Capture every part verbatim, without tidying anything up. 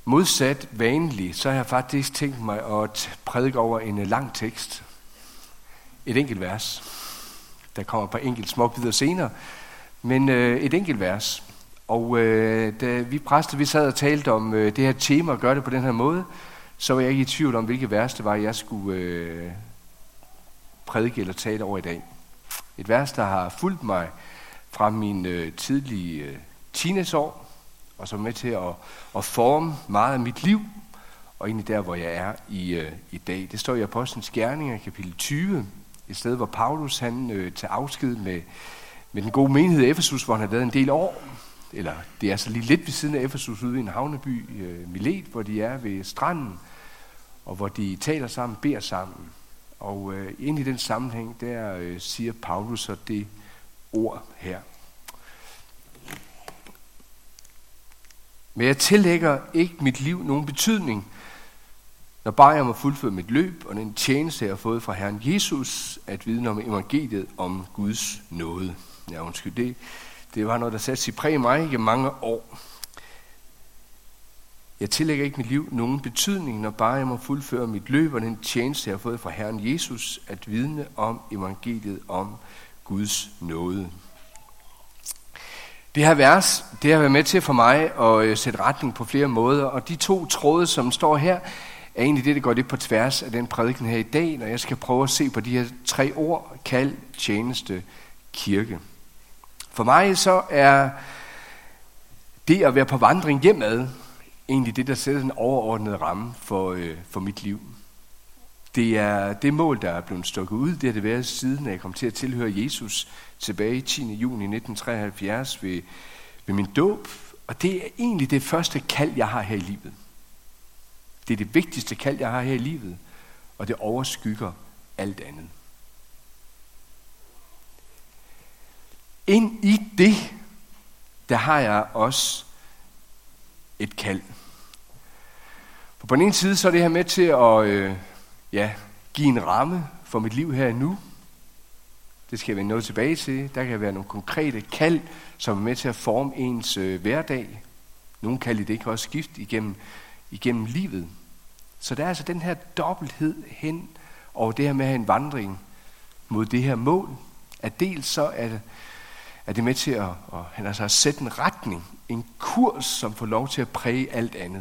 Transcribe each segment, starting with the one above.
Modsat vanligt, så har jeg faktisk tænkt mig at prædike over en lang tekst. Et enkelt vers. Der kommer et par enkelte små bidder senere, men øh, et enkelt vers. Og øh, da vi præster, vi sad og talte om øh, det her tema og gør det på den her måde, så var jeg ikke i tvivl om, hvilket vers det var, jeg skulle øh, prædike eller tale over i dag. Et vers, der har fulgt mig fra min øh, tidlige øh, teenageår, og som er med til at, at forme meget af mit liv, og egentlig der, hvor jeg er i, øh, i dag. Det står i Apostlenes Gerninger, kapitel tyve, et sted, hvor Paulus han øh, tager afsked med, med den gode menighed i Efesus, hvor han har været en del år. Eller det er så lige lidt ved siden af Efesus, ude i en havneby, øh, Milet, hvor de er ved stranden, og hvor de taler sammen, beder sammen. Og øh, ind i den sammenhæng, der øh, siger Paulus så det ord her. Men jeg tillægger ikke mit liv nogen betydning, når bare jeg må fuldføre mit løb, og den tjeneste, jeg har fået fra Herren Jesus, at vidne om evangeliet om Guds nåde. Ja, undskyld, det, det var noget, der satte sig præg i mig i mange år. Jeg tillægger ikke mit liv nogen betydning, når bare jeg må fuldføre mit løb, og den tjeneste, jeg har fået fra Herren Jesus, at vidne om evangeliet om Guds nåde. Det her vers, det har været med til for mig at sætte retning på flere måder, og de to tråde, som står her, er egentlig det, der går lidt på tværs af den prædiken her i dag, når jeg skal prøve at se på de her tre ord, kald, tjeneste, kirke. For mig så er det at være på vandring hjemad egentlig det, der sætter en overordnet ramme for, øh, for mit liv. Det er det mål, der er blevet stukket ud. Det har det været siden, at jeg kom til at tilhøre Jesus tilbage i tiende juni nitten treoghalvfjerds ved, ved min dåb. Og det er egentlig det første kald, jeg har her i livet. Det er det vigtigste kald, jeg har her i livet, og det overskygger alt andet. Ind i det, der har jeg også et kald. For på den ene side, så er det her med til at øh, ja, give en ramme for mit liv her nu. Det skal jeg vende noget tilbage til. Der kan være nogle konkrete kald, som er med til at forme ens øh, hverdag. Nogle kald i det kan også skifte igennem, igennem livet. Så der er altså den her dobbelthed hen over det her med at have en vandring mod det her mål. At dels så er det, er det med til at, at, altså at sætte en retning, en kurs, som får lov til at præge alt andet.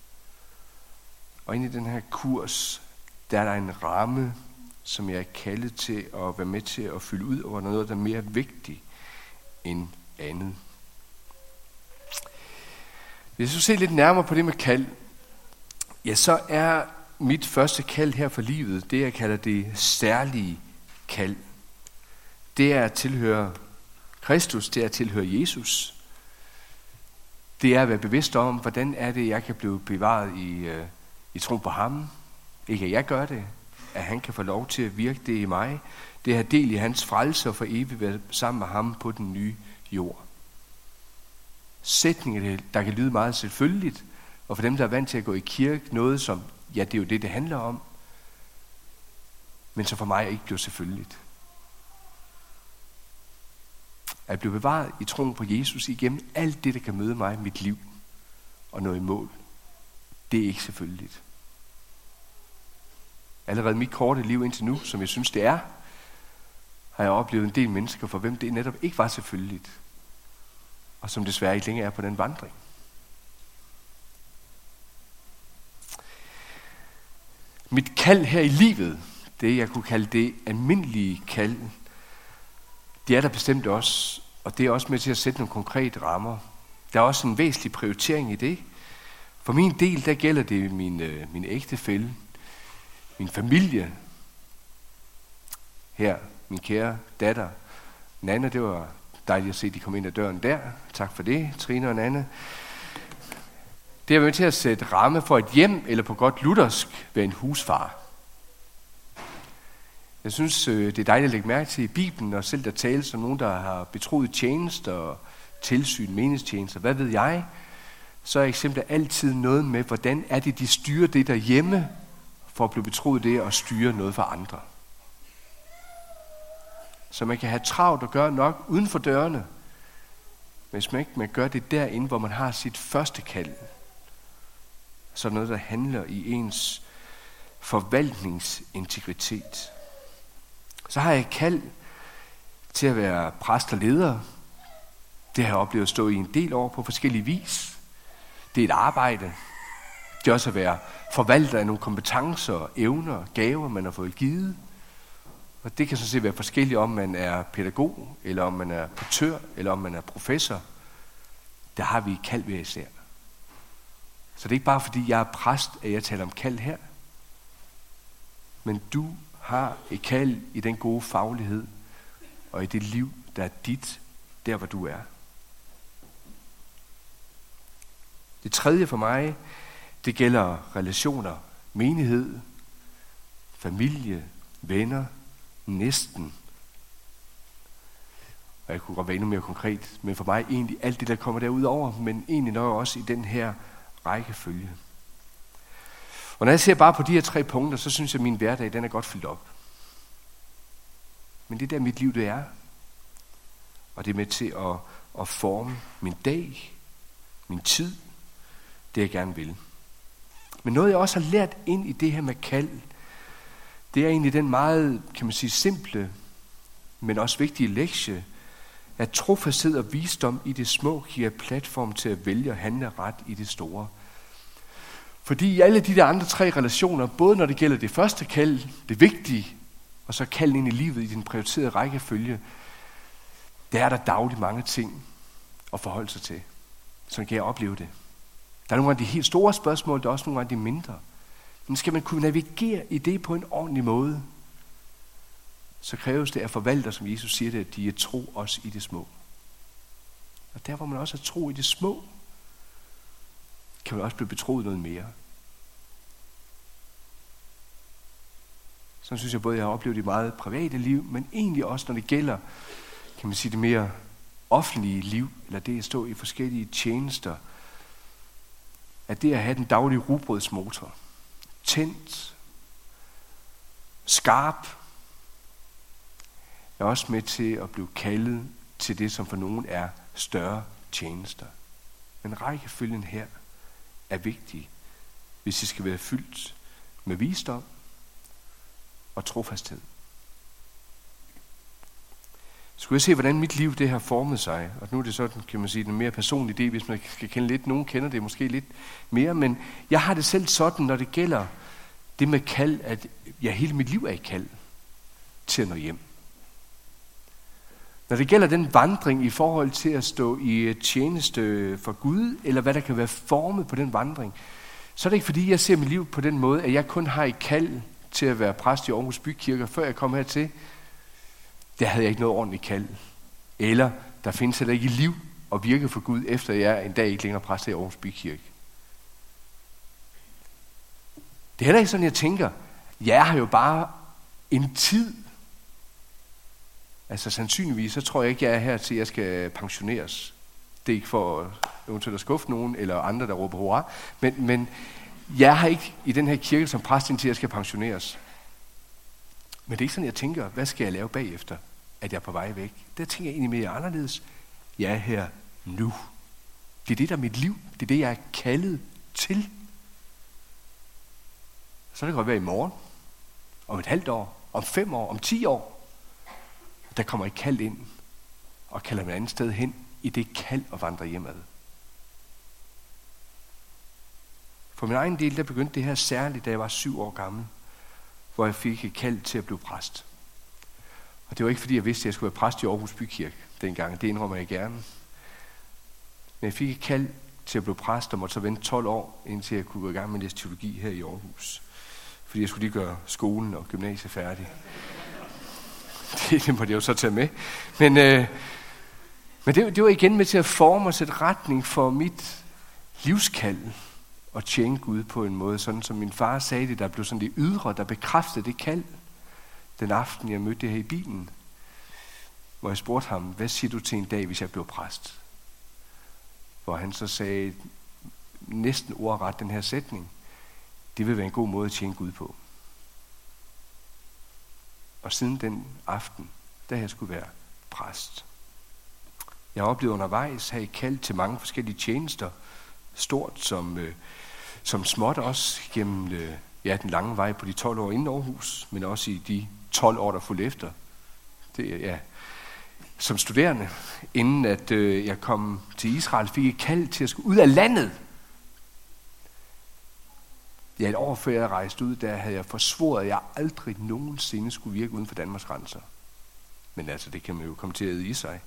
Og inde i den her kurs, der er der en ramme, som jeg er kaldet til at være med til at fylde ud over noget, der er mere vigtigt end andet. Hvis jeg så ser lidt nærmere på det med kald, ja, så er mit første kald her for livet, det jeg kalder det særlige kald. Det er at tilhøre Kristus, det er at tilhøre Jesus. Det er at være bevidst om, hvordan er det, jeg kan blive bevaret i, uh, i tro på ham. Ikke at jeg gør det, at han kan få lov til at virke det i mig. Det er at have del i hans frelse og for evigt være sammen med ham på den nye jord. Sætninger, der kan lyde meget selvfølgeligt, og for dem, der er vant til at gå i kirke, noget som, ja, det er jo det, det handler om, men som for mig ikke bliver selvfølgeligt. At blive bevaret i troen på Jesus igennem alt det, der kan møde mig i mit liv og nå i mål, det er ikke selvfølgeligt. Allerede mit korte liv indtil nu, som jeg synes det er, har jeg oplevet en del mennesker, for hvem det netop ikke var selvfølgeligt, og som desværre ikke længere er på den vandring. Mit kald her i livet, det jeg kunne kalde det almindelige kald, det er der bestemt også, og det er også med til at sætte nogle konkrete rammer. Der er også en væsentlig prioritering i det. For min del, der gælder det min, øh, min ægtefælle, min familie. Her, min kære datter, Nanne, det var dejligt at se, at de kom ind ad døren der. Tak for det, Trine og Nanne. Det er med til at sætte ramme for et hjem, eller på godt luthersk, være en husfar. Jeg synes, det er dejligt at lægge mærke til i Bibelen, og selv der tales om nogen, der har betroet tjenester og tilsyn, menigstjenester, hvad ved jeg, så er eksemplet altid noget med, hvordan er det, de styrer det derhjemme, for at blive betroet det og styre noget for andre. Så man kan have travlt og gøre nok uden for dørene, hvis man ikke man gør det derinde, hvor man har sit første kald. så er det noget, der handler i ens forvaltningsintegritet. Så har jeg et kald til at være præst og leder. Det har jeg oplevet at stå i en del år på forskellige vis. Det er et arbejde. Det er også at være forvalter af nogle kompetencer, evner, gaver, man har fået givet. Og det kan så set være forskelligt, om man er pædagog, eller om man er portør, eller om man er professor. Der har vi et kald ved især. Så det er ikke bare fordi, jeg er præst, at jeg taler om kald her. Men du har et kald i den gode faglighed, og i det liv, der er dit, der hvor du er. Det tredje for mig, det gælder relationer, menighed, familie, venner, næsten. Og jeg kunne godt være endnu mere konkret, men for mig egentlig alt det, der kommer derudover, men egentlig nok også i den her rækkefølge. Og når jeg ser bare på de her tre punkter, så synes jeg, at min hverdag, den er godt fyldt op. Men det er der mit liv, det er. Og det er med til at, at forme min dag, min tid, det jeg gerne vil. Men noget, jeg også har lært ind i det her med kald, det er egentlig den meget, kan man sige, simple, men også vigtige lektie, at trofasthed og visdom i det små giver platform til at vælge og handle ret i det store. Fordi i alle de der andre tre relationer, både når det gælder det første kald, det vigtige, og så kalden ind i livet i den prioriterede rækkefølge, der er der dagligt mange ting at forholde sig til. Sådan kan jeg opleve det. Der er nogle af de helt store spørgsmål, der er også nogle af de mindre. Men skal man kunne navigere i det på en ordentlig måde, så kræves det af forvalter, som Jesus siger det, at de er tro også i det små. Og der hvor man også er tro i det små, kan man også blive betroet noget mere. Sådan synes jeg både, jeg har oplevet det meget private liv, men egentlig også, når det gælder, kan man sige, det mere offentlige liv, eller det at stå i forskellige tjenester, at det at have den daglige rugbrødsmotor, tændt, skarp, er også med til at blive kaldet til det, som for nogen er større tjenester. Men rækkefølgen her er vigtig, hvis det skal være fyldt med visdom og trofasthed. Skulle jeg se, hvordan mit liv det har formet sig, og nu er det sådan, kan man sige, en mere personlig idé, hvis man skal kende lidt. Nogen kender det måske lidt mere, men jeg har det selv sådan, når det gælder det med kald, at jeg hele mit liv er i kald til at nå hjem. Når det gælder den vandring i forhold til at stå i tjeneste for Gud, eller hvad der kan være formet på den vandring, så er det ikke fordi, jeg ser mit liv på den måde, at jeg kun har et kald til at være præst i Aarhus Bykirke. Før jeg kom hertil, der havde jeg ikke noget ordentligt kald. Eller der findes heller ikke liv og virke for Gud, efter jeg en dag ikke længere præst i Aarhus Bykirke. Det er heller ikke sådan, jeg tænker, jeg har jo bare en tid. Altså sandsynligvis, så tror jeg ikke, jeg er her til, at jeg skal pensioneres. Det er ikke for eventuelt at skuffe nogen, eller andre, der råber hurra. Men, men jeg har ikke i den her kirke som præst, indtil jeg skal pensioneres. Men det er ikke sådan, jeg tænker, hvad skal jeg lave bagefter, at jeg er på vej væk? Der tænker jeg egentlig mere anderledes. Jeg er her nu. Det er det, der er mit liv. Det er det, jeg er kaldet til. Så kan det godt være i morgen, om et halvt år, om fem år, om ti år. Der kommer et kald ind, og kalder man andet sted hen, i det kald og vandre hjemad. For min egen del, der begyndte det her særligt, da jeg var syv år gammel, hvor jeg fik et kald til at blive præst. Og det var ikke fordi, jeg vidste, at jeg skulle være præst i Aarhus Bykirke dengang. Det indrømmer jeg gerne. Men jeg fik et kald til at blive præst, og måtte så vente tolv år, indtil jeg kunne gå i gang med at læse teologi her i Aarhus. Fordi jeg skulle lige gøre skolen og gymnasiet færdig. Det, det måtte jeg jo så tage med. Men, øh, men det, det var igen med til at forme og sætte retning for mit livskald og tjene Gud på en måde, sådan som min far sagde det, der blev sådan det ydre, der bekræftede det kald. Den aften, jeg mødte det her i bilen, hvor jeg spurgte ham, hvad siger du til en dag, hvis jeg blev præst? Hvor han så sagde næsten ordret den her sætning, det vil være en god måde at tjene Gud på. Og siden den aften, da jeg skulle være præst. Jeg har oplevet undervejs, have kaldt til mange forskellige tjenester, stort som øh, som småt også gennem øh, ja, den lange vej på de tolv år inden Aarhus, men også i de tolv år, der fulgte efter. Det, ja, som studerende, inden at øh, jeg kom til Israel, fik jeg kald til at skulle ud af landet. Ja, et år før jeg rejste ud, der havde jeg forsvoret, at jeg aldrig nogensinde skulle virke uden for Danmarks grænser. Men altså, det kan man jo komme til at i sig. Jeg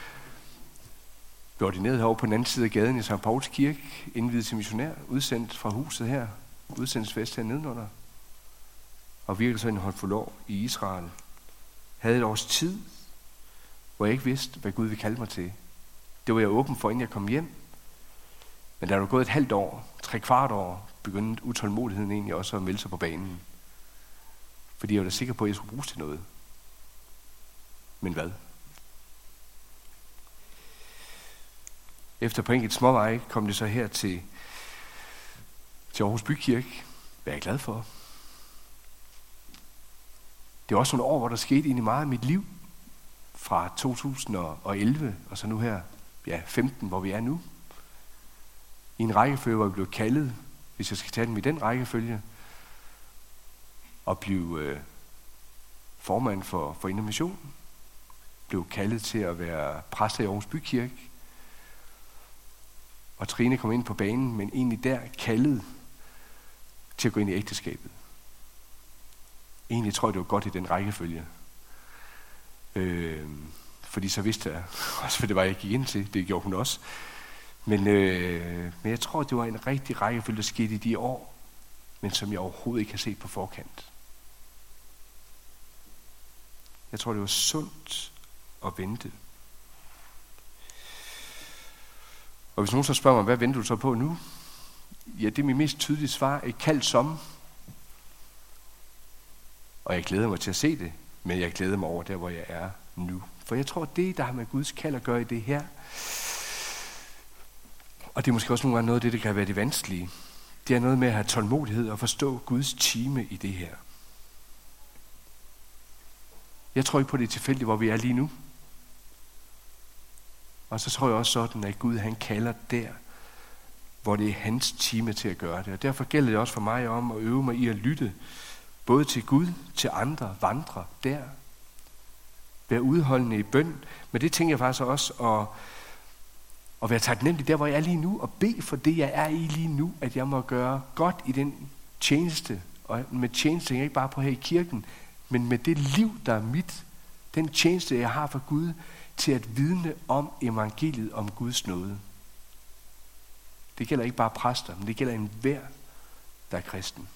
blev ordineret herovre på den anden side af gaden i Sankt Pauls Kirke, indviet til missionær, udsendt fra huset her, udsendelsesfest her nedenunder, og virkelig så en håndfuld år i Israel. Havde et års tid, hvor jeg ikke vidste, hvad Gud ville kalde mig til. Det var jeg åben for, inden jeg kom hjem. Men da der var gået et halvt år, tre kvart år, begyndte utålmodigheden egentlig også at melde sig på banen. Fordi jeg var da sikker på, at jeg skulle bruges til noget. Men hvad? Efter på enkelt småvej kom det så her til, til Aarhus Bykirke. Hvad er jeg glad for? Det var også nogle år, hvor der skete egentlig meget i mit liv. Fra to tusind og elleve og så nu her, ja, femten, hvor vi er nu. I en rækkefølge, hvor vi blev kaldet, hvis jeg skal tage dem i den rækkefølge, og blive øh, formand for, for Indre Mission. Blev kaldet til at være præst i Aarhus Bykirke. Og Trine kom ind på banen, men egentlig der kaldet til at gå ind i ægteskabet. Egentlig tror jeg, det var godt i den rækkefølge. Øh, fordi så vidste jeg også, hvad det var, jeg gik ind til. Det gjorde hun også. Men, øh, men jeg tror, det var en rigtig rækkefølge, der skete i de år, men som jeg overhovedet ikke har set på forkant. Jeg tror, det var sundt at vente. Og hvis nogen så spørger mig, hvad venter du så på nu? Ja, det er mit mest tydelige svar. Et kaldt som. Og jeg glæder mig til at se det, men jeg glæder mig over der, hvor jeg er nu. For jeg tror, det, der har med Guds kald at gøre i det her, og det er måske også nogle gange noget af det, der kan være det vanskelige, det er noget med at have tålmodighed og forstå Guds time i det her. Jeg tror ikke på det tilfældigt, hvor vi er lige nu. Og så tror jeg også sådan, at Gud han kalder der, hvor det er hans time til at gøre det. Og derfor gælder det også for mig om at øve mig i at lytte, både til Gud, til andre, vandre der. Være udholdende i bøn. Men det tænker jeg faktisk også at, at være taknemmelig der, hvor jeg er lige nu, og bede for det, jeg er i lige nu, at jeg må gøre godt i den tjeneste. Og med tjeneste tænker jeg ikke bare på her i kirken, men med det liv, der er mit, den tjeneste, jeg har for Gud, til at vidne om evangeliet om Guds nåde. Det gælder ikke bare præster, men det gælder enhver, der er kristen.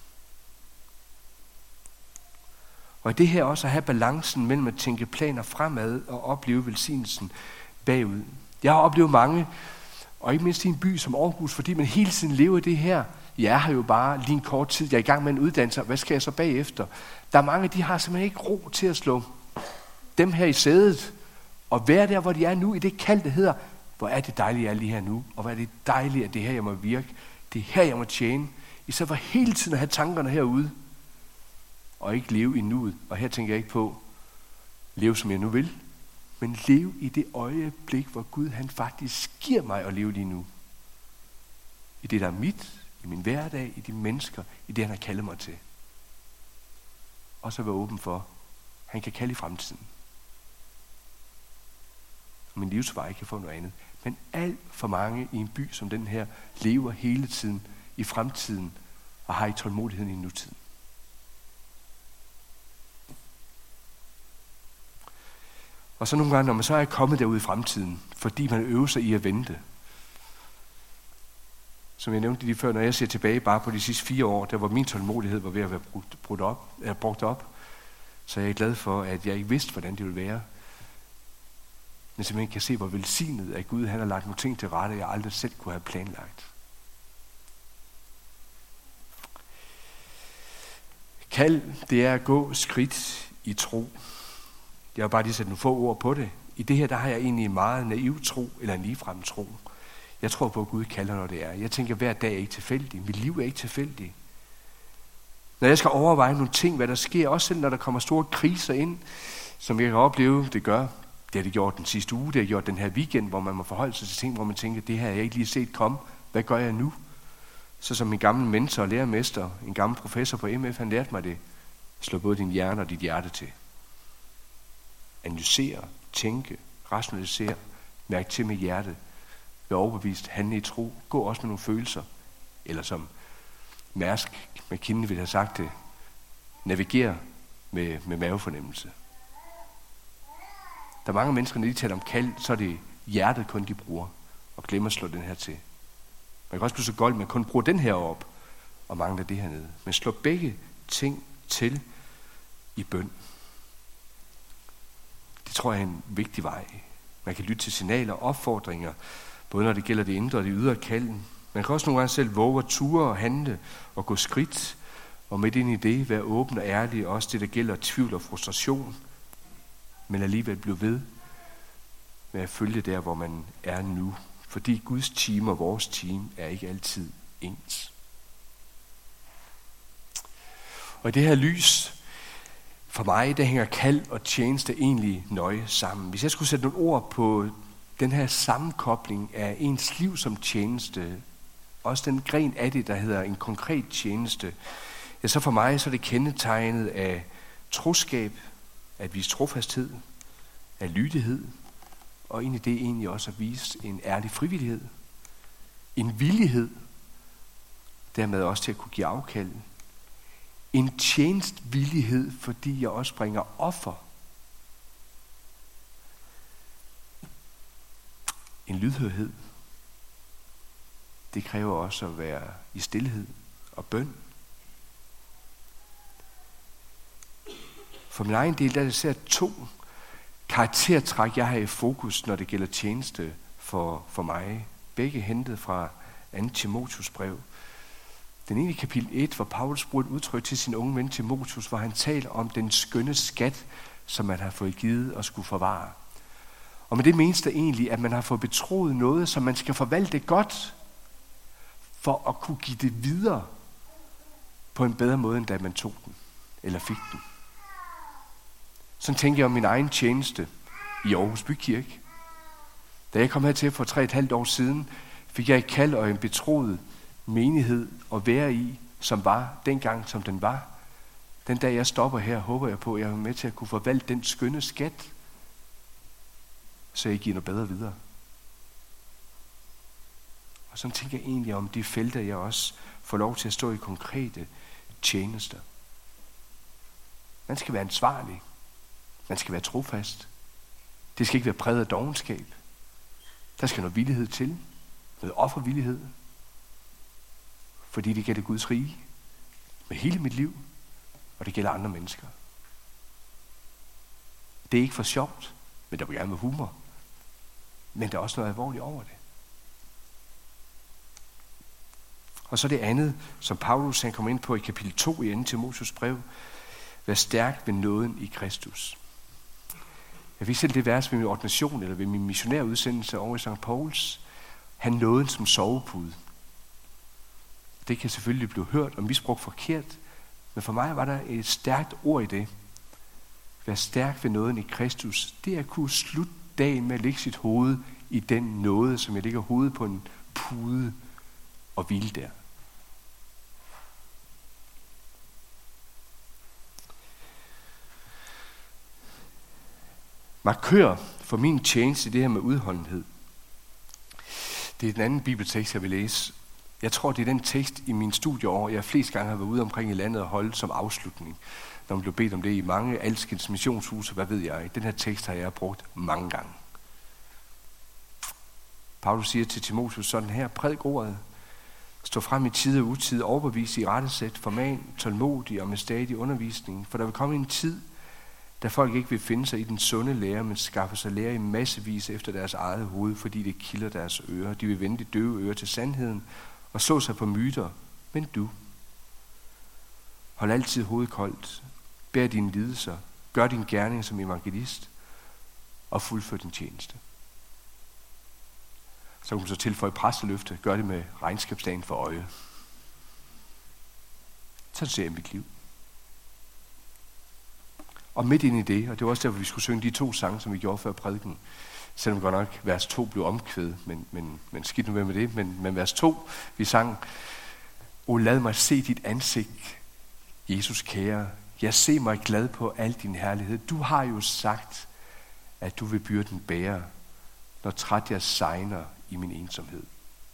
Og i det her også at have balancen mellem at tænke planer fremad og opleve velsignelsen bagud. Jeg har oplevet mange, og ikke mindst i en by som Aarhus, fordi man hele tiden lever i det her. Jeg har jo bare lige en kort tid, jeg er i gang med en uddannelse, hvad skal jeg så bagefter? Der er mange, de har simpelthen ikke ro til at slå dem her i sædet, og være der, hvor de er nu, i det kald, der hedder, hvor er det dejligt, jeg er lige her nu, og hvor er det dejligt, at det er her, jeg må virke, det er her, jeg må tjene, i stedet for hele tiden at have tankerne herude, og ikke leve i nuet. Og her tænker jeg ikke på, leve som jeg nu vil, men leve i det øjeblik, hvor Gud han faktisk giver mig at leve lige nu. I det, der er mit, i min hverdag, i de mennesker, i det, han har kaldet mig til. Og så være åben for, han kan kalde i fremtiden. Min livsvej kan få noget andet. Men alt for mange i en by som den her, lever hele tiden i fremtiden, og har i tålmodigheden i nutiden. Og så nogle gange, når man så er kommet derude i fremtiden, fordi man øver sig i at vente. Som jeg nævnte lige før, når jeg ser tilbage bare på de sidste fire år, der hvor min tålmodighed var ved at være brugt, brugt, op, er brugt op, så er jeg glad for, at jeg ikke vidste, hvordan det ville være. Men simpelthen kan se, hvor velsignet at Gud han har lagt nogle ting til rette, jeg aldrig selv kunne have planlagt. Kald, det er at gå skridt i tro. Jeg har bare lige sat nogle få ord på det. I det her, der har jeg egentlig en meget naiv tro, eller en ligefrem tro. Jeg tror på, at Gud kalder, når det er. Jeg tænker, hver dag er ikke tilfældig. Mit liv er ikke tilfældig. Når jeg skal overveje nogle ting, hvad der sker, også selv når der kommer store kriser ind, som jeg kan opleve, det gør. Det har det gjort den sidste uge, det har gjort den her weekend, hvor man må forholde sig til ting, hvor man tænker, det her har jeg ikke lige set komme. Hvad gør jeg nu? Så som min gamle mentor og lærermester, en gammel professor på M F, han lærte mig det. Slå både din hjerne og dit hjerte til. Analysere, tænke, rationalisere, mærke til med hjertet. Vær overbevist, handle i tro. Gå også med nogle følelser. Eller som Mærsk med kinden ville have sagt det, navigere med, med mavefornemmelse. Der er mange mennesker, når de taler om kald, så er det hjertet kun de bruger, og glemmer at slå den her til. Man kan også blive så gold, at man kun bruger den her op, og mangler det her nede. Men slå begge ting til i bøn. Det tror jeg er en vigtig vej. Man kan lytte til signaler og opfordringer, både når det gælder det indre og det ydre kalden. Man kan også nogle gange selv våge at ture og handle og gå skridt, og midt ind i det være åben og ærlig, også det, der gælder tvivl og frustration, men alligevel blive ved med at følge der, hvor man er nu. Fordi Guds team og vores team er ikke altid ens. Og i det her lys, for mig, der hænger kald og tjeneste egentlig nøje sammen. Hvis jeg skulle sætte nogle ord på den her sammenkobling af ens liv som tjeneste, også den gren af det, der hedder en konkret tjeneste, ja, så for mig så er det kendetegnet af troskab, at vise trofasthed, af lydighed, og ind i det egentlig også at vise en ærlig frivillighed, en villighed, dermed også til at kunne give afkald, en tjenestvillighed, fordi jeg også bringer offer, en lydhørhed. Det kræver også at være i stilhed og bøn. For min egen del, der er det især to karaktertræk, jeg har i fokus, når det gælder tjeneste for, for mig. Begge hentet fra andet Timotheus brev. Den ene i kapitel et, hvor Paulus bruger et udtryk til sin unge ven Timotheus, hvor han taler om den skønne skat, som man har fået givet og skulle forvare. Og med det menes der egentlig, at man har fået betroet noget, som man skal forvalte godt, for at kunne give det videre på en bedre måde, end da man tog den, eller fik den. Sådan tænker jeg om min egen tjeneste i Aarhus Bykirke. Da jeg kom hertil for tre et halvt år siden, fik jeg et kald og en betroet menighed at være i, som var dengang, som den var. Den dag jeg stopper her, håber jeg på, at jeg er med til at kunne forvalte den skønne skat, så jeg giver noget bedre videre. Og så tænker jeg egentlig om de felter, jeg også får lov til at stå i konkrete tjenester. Man skal være ansvarlig. Man skal være trofast. Det skal ikke være præget af dovenskab. Der skal noget villighed til. Noget offervillighed. Fordi det gælder Guds rige. Med hele mit liv. Og det gælder andre mennesker. Det er ikke for sjovt. Men der vil gerne være humor. Men der er også noget alvorligt over det. Og så det andet, som Paulus han kommer ind på i kapitel to i andet Timotheus brev. Vær stærk ved nåden i Kristus. Jeg fik selv det vers ved min ordination, eller ved min missionærudsendelse over i Sankt Pauls. Han nåden som sovepude. Det kan selvfølgelig blive hørt og misbrugt forkert, men for mig var der et stærkt ord i det. Vær stærk ved nåden i Kristus. Det er at kunne slutte dagen med at lægge sit hoved i den nåde, som jeg lægger hovedet på en pude og hvile der. Markør for min tjeneste det her med udholdenhed. Det er den anden bibeltekst, jeg vil læse. Jeg tror, det er den tekst i mine studieår, jeg flest gange har været ude omkring i landet og holde som afslutning. Når man blev bedt om det i mange alskens missionshuse, hvad ved jeg. Den her tekst har jeg brugt mange gange. Paulus siger til Timotheus sådan her, prædik ordet, stå frem i tid og utid, overbevis i rettesæt, forman, tålmodig og med stadig undervisning, for der vil komme en tid, da folk ikke vil finde sig i den sunde lære, men skaffe sig lære i massevis efter deres eget hoved, fordi det kilder deres ører. De vil vende de døve ører til sandheden og slå sig på myter. Men du, hold altid hovedet koldt, bær dine lidelser, gør din gerning som evangelist og fuldfør din tjeneste. Så kan man så tilføje præsteløfte, gør det med regnskabsdagen for øje. Så ser jeg mit liv. Og midt ind i det, og det var også derfor, vi skulle synge de to sange, som vi gjorde før prædiken, selvom godt nok vers to blev omkvædet, men, men, men skidt nu med med det, men, men vers to, vi sang, O lad mig se dit ansigt, Jesus kære. Jeg ser mig glad på al din herlighed. Du har jo sagt, at du vil byrden bære, når træt jeg segner i min ensomhed.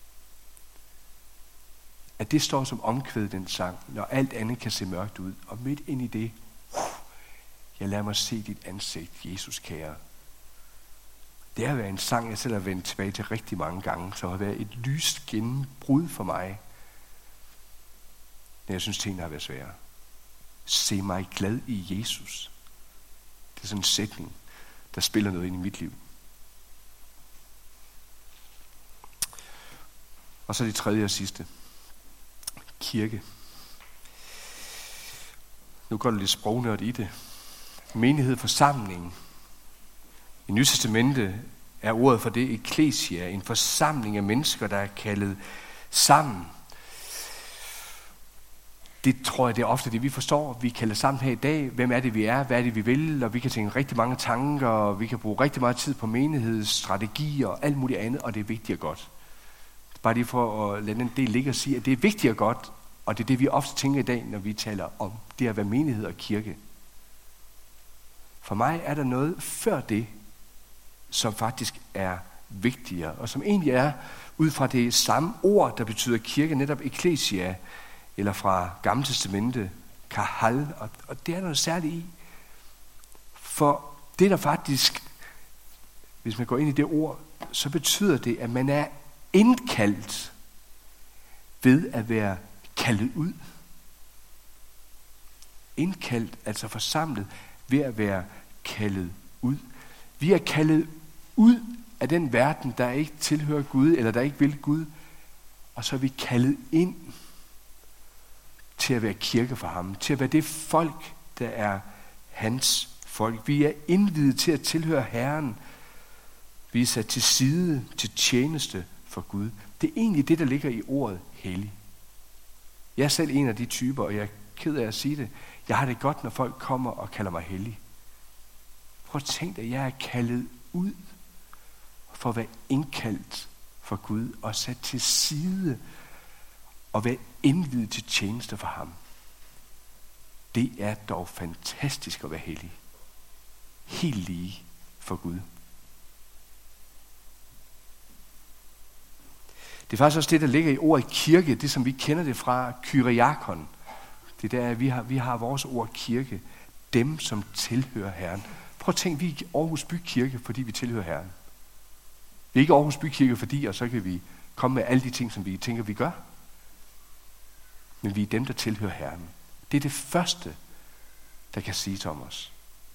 At det står som omkvæd den sang, når alt andet kan se mørkt ud. Og midt ind i det, jeg lader mig se dit ansigt, Jesus kære. Det har været en sang, jeg selv har vendt tilbage til rigtig mange gange, som har været et lyst gennembrud for mig, når jeg synes, tingene har været svære. Se mig glad i Jesus. Det er sådan en sætning, der spiller noget ind i mit liv. Og så det tredje og sidste. Kirke. Nu går det lidt sprognørd i det. Menighed, forsamling. I Nye Testamente er ordet for det ekklesia, en forsamling af mennesker, der er kaldet sammen. Det tror jeg, det er ofte det, vi forstår. Vi kalder sammen her i dag. Hvem er det, vi er? Hvad er det, vi vil? Og vi kan tænke rigtig mange tanker, og vi kan bruge rigtig meget tid på menighedsstrategier og alt muligt andet, og det er vigtigt og godt. Bare lige for at lade den del ligge og sige, at det er vigtigt og godt, og det er det, vi ofte tænker i dag, når vi taler om det at være menighed og kirke. For mig er der noget før det, som faktisk er vigtigere, og som egentlig er ud fra det samme ord, der betyder kirke, netop ekklesia, eller fra Gamle Testamente, kahal, og, og det er noget særligt i. For det der faktisk, hvis man går ind i det ord, så betyder det, at man er indkaldt ved at være kaldet ud. Indkaldt, altså forsamlet, ved at være kaldet ud. Vi er kaldet ud af den verden, der ikke tilhører Gud, eller der ikke vil Gud, og så er vi kaldet ind til at være kirke for ham, til at være det folk, der er hans folk. Vi er indvidet til at tilhøre Herren. Vi er sat til side, til tjeneste for Gud. Det er egentlig det, der ligger i ordet hellig. Jeg er selv en af de typer, og jeg er ked af at sige det. Jeg har det godt, når folk kommer og kalder mig hellig. Prøv at tænke, at jeg er kaldet ud for at være indkaldt for Gud og sat til side og være indvidet til tjeneste for ham. Det er dog fantastisk at være hellig. Helt lige for Gud. Det er faktisk også det, der ligger i ordet kirke, det som vi kender det fra kyriakon. Det der, vi har, vi har vores ord kirke. Dem, som tilhører Herren. Prøv at tænke, vi er ikke Aarhus Bykirke, fordi vi tilhører Herren. Vi er ikke Aarhus Bykirke, fordi, og så kan vi komme med alle de ting, som vi tænker, vi gør. Men vi er dem, der tilhører Herren. Det er det første, der kan sige om os.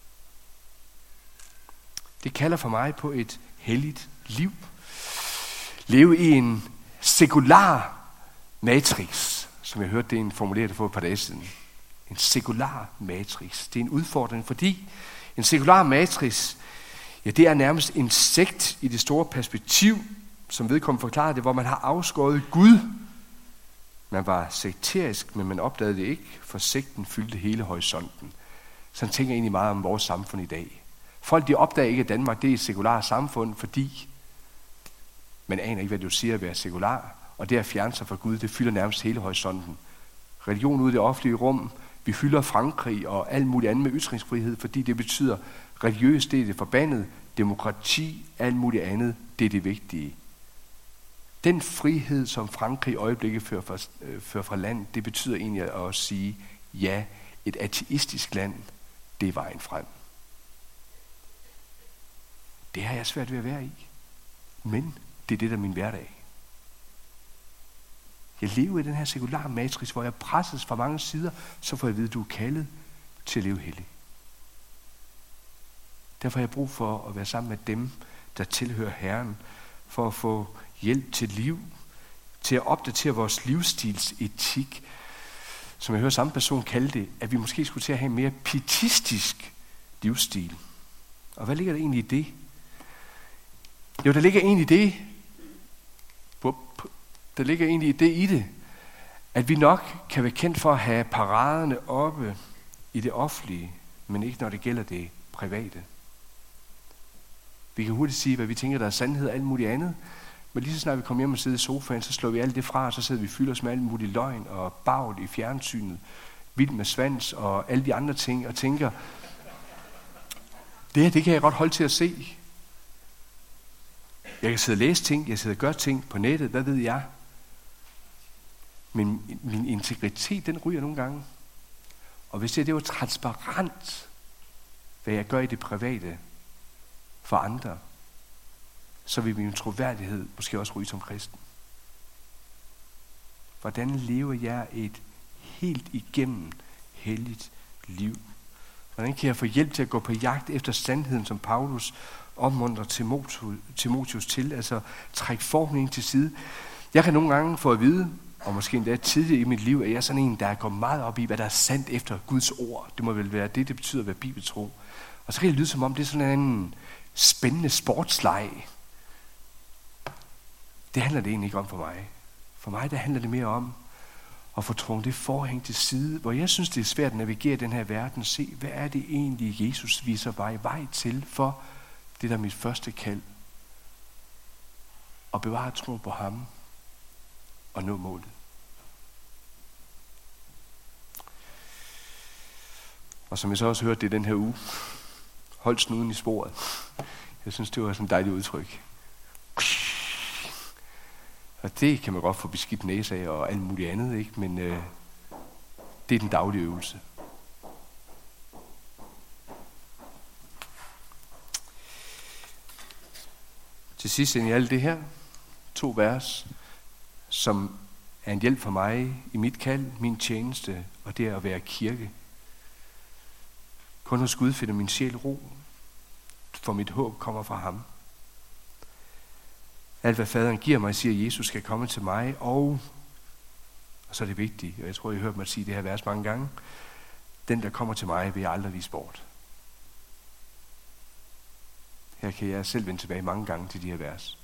Det kalder for mig på et helligt liv. Leve i en sekular matrix, som jeg hørte det en formuleret for et par dage siden. En sekular matrix. Det er en udfordring, fordi en sekular matrix, ja, det er nærmest en sekt i det store perspektiv, som vedkommende forklarede det, hvor man har afskåret Gud. Man var sekterisk, men man opdagede det ikke, for sekten fyldte hele horisonten. Sådan tænker jeg egentlig meget om vores samfund i dag. Folk, de opdager ikke, at Danmark det er et sekulært samfund, fordi man aner ikke, hvad det siger at være sekular, og det at fjerne sig fra Gud, det fylder nærmest hele horisonten. Religion ude i det offentlige rum, vi hylder Frankrig og alt muligt andet med ytringsfrihed, fordi det betyder, religiøst det er det forbandet, demokrati, alt muligt andet, det er det vigtige. Den frihed, som Frankrig i øjeblikket fører fra, øh, fører fra land, det betyder egentlig at sige, ja, et ateistisk land, det er vejen frem. Det har jeg svært ved at være i. Men det er det, der er min hverdag. Jeg lever i den her sekulære matrix, hvor jeg presses fra mange sider, så får jeg at vide, at du er kaldet til at leve hellig. Derfor har jeg brug for at være sammen med dem, der tilhører Herren, for at få hjælp til liv, til at opdatere vores livsstilsetik, som jeg hører samme person kalde det, at vi måske skulle til at have en mere pietistisk livsstil. Og hvad ligger der egentlig i det? Jo, der ligger egentlig det, der ligger egentlig det i det, at vi nok kan være kendt for at have paraderne oppe i det offentlige, men ikke når det gælder det private. Vi kan hurtigt sige, hvad vi tænker, der er sandhed og alt muligt andet, Men lige så snart vi kommer hjem og sidder i sofaen, så slår vi alt det fra, og så sidder vi og fylder os med alt muligt løgn og bagl i fjernsynet, vild med svans og alle de andre ting, og tænker, det her, det kan jeg godt holde til at se. Jeg kan sidde og læse ting, jeg kan sidde og gøre ting på nettet, hvad ved jeg. Men min integritet, den ryger nogle gange. Og hvis det, det var transparent, hvad jeg gør i det private for andre, så vil min troværdighed måske også ryge som kristen. Hvordan lever jeg et helt igennem helligt liv? Hvordan kan jeg få hjælp til at gå på jagt efter sandheden, som Paulus opmuntrer Timotheus til, altså trække formningen til side? Jeg kan nogle gange få at vide, og måske endda tidligere i mit liv, at jeg er sådan en, der går meget op i, hvad der er sandt efter Guds ord. Det må vel være det, det betyder at være bibeltro. Og så kan det lyde som om, det er sådan en spændende sportsleg. Det handler det egentlig ikke om for mig. For mig, der handler det mere om at få trukket det forhæng til side, hvor jeg synes, det er svært at navigere i den her verden, se, hvad er det egentlig, Jesus viser vej, vej til for det, der er mit første kald. Og bevare troen på ham og nå målet. Og som jeg så også hørte det den her uge, hold snuden i sporet. Jeg synes, det var sådan et dejligt udtryk. Og det kan man godt få beskidt næse af og alt muligt andet, ikke? Men øh, det er den daglige øvelse. Til sidst ind i alt det her, to vers, som er en hjælp for mig i mit kald, min tjeneste, og det er at være kirke. Kun hos Gud finder min sjæl ro, for mit håb kommer fra ham. Alt hvad faderen giver mig, siger Jesus, skal komme til mig, og, og så er det vigtigt, og jeg tror, I har hørt mig sige det her vers mange gange, den, der kommer til mig, vil jeg aldrig vise bort. Her kan jeg selv vende tilbage mange gange til de her vers.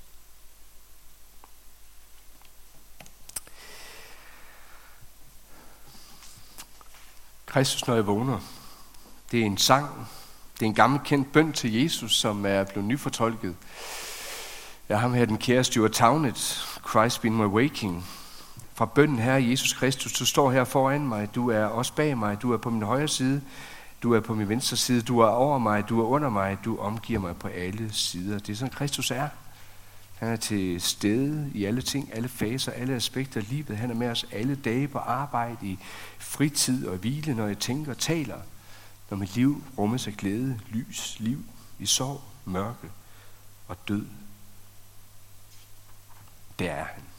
Kristus, når jeg vågner. Det er en sang. Det er en gammel kendt bøn til Jesus, som er blevet nyfortolket. Jeg har her den kære Stuart Townend, Christ be my waking. Fra bønnen her, Jesus Kristus, du står her foran mig, du er også bag mig, du er på min højre side, du er på min venstre side, du er over mig, du er under mig, du omgiver mig på alle sider. Det er sådan, Kristus er. Han er til stede i alle ting, alle faser, alle aspekter af livet. Han er med os alle dage på arbejde, i fritid og hvile, når jeg tænker og taler. Når mit liv rummes af glæde, lys, liv, i sorg, mørke og død. Det er han.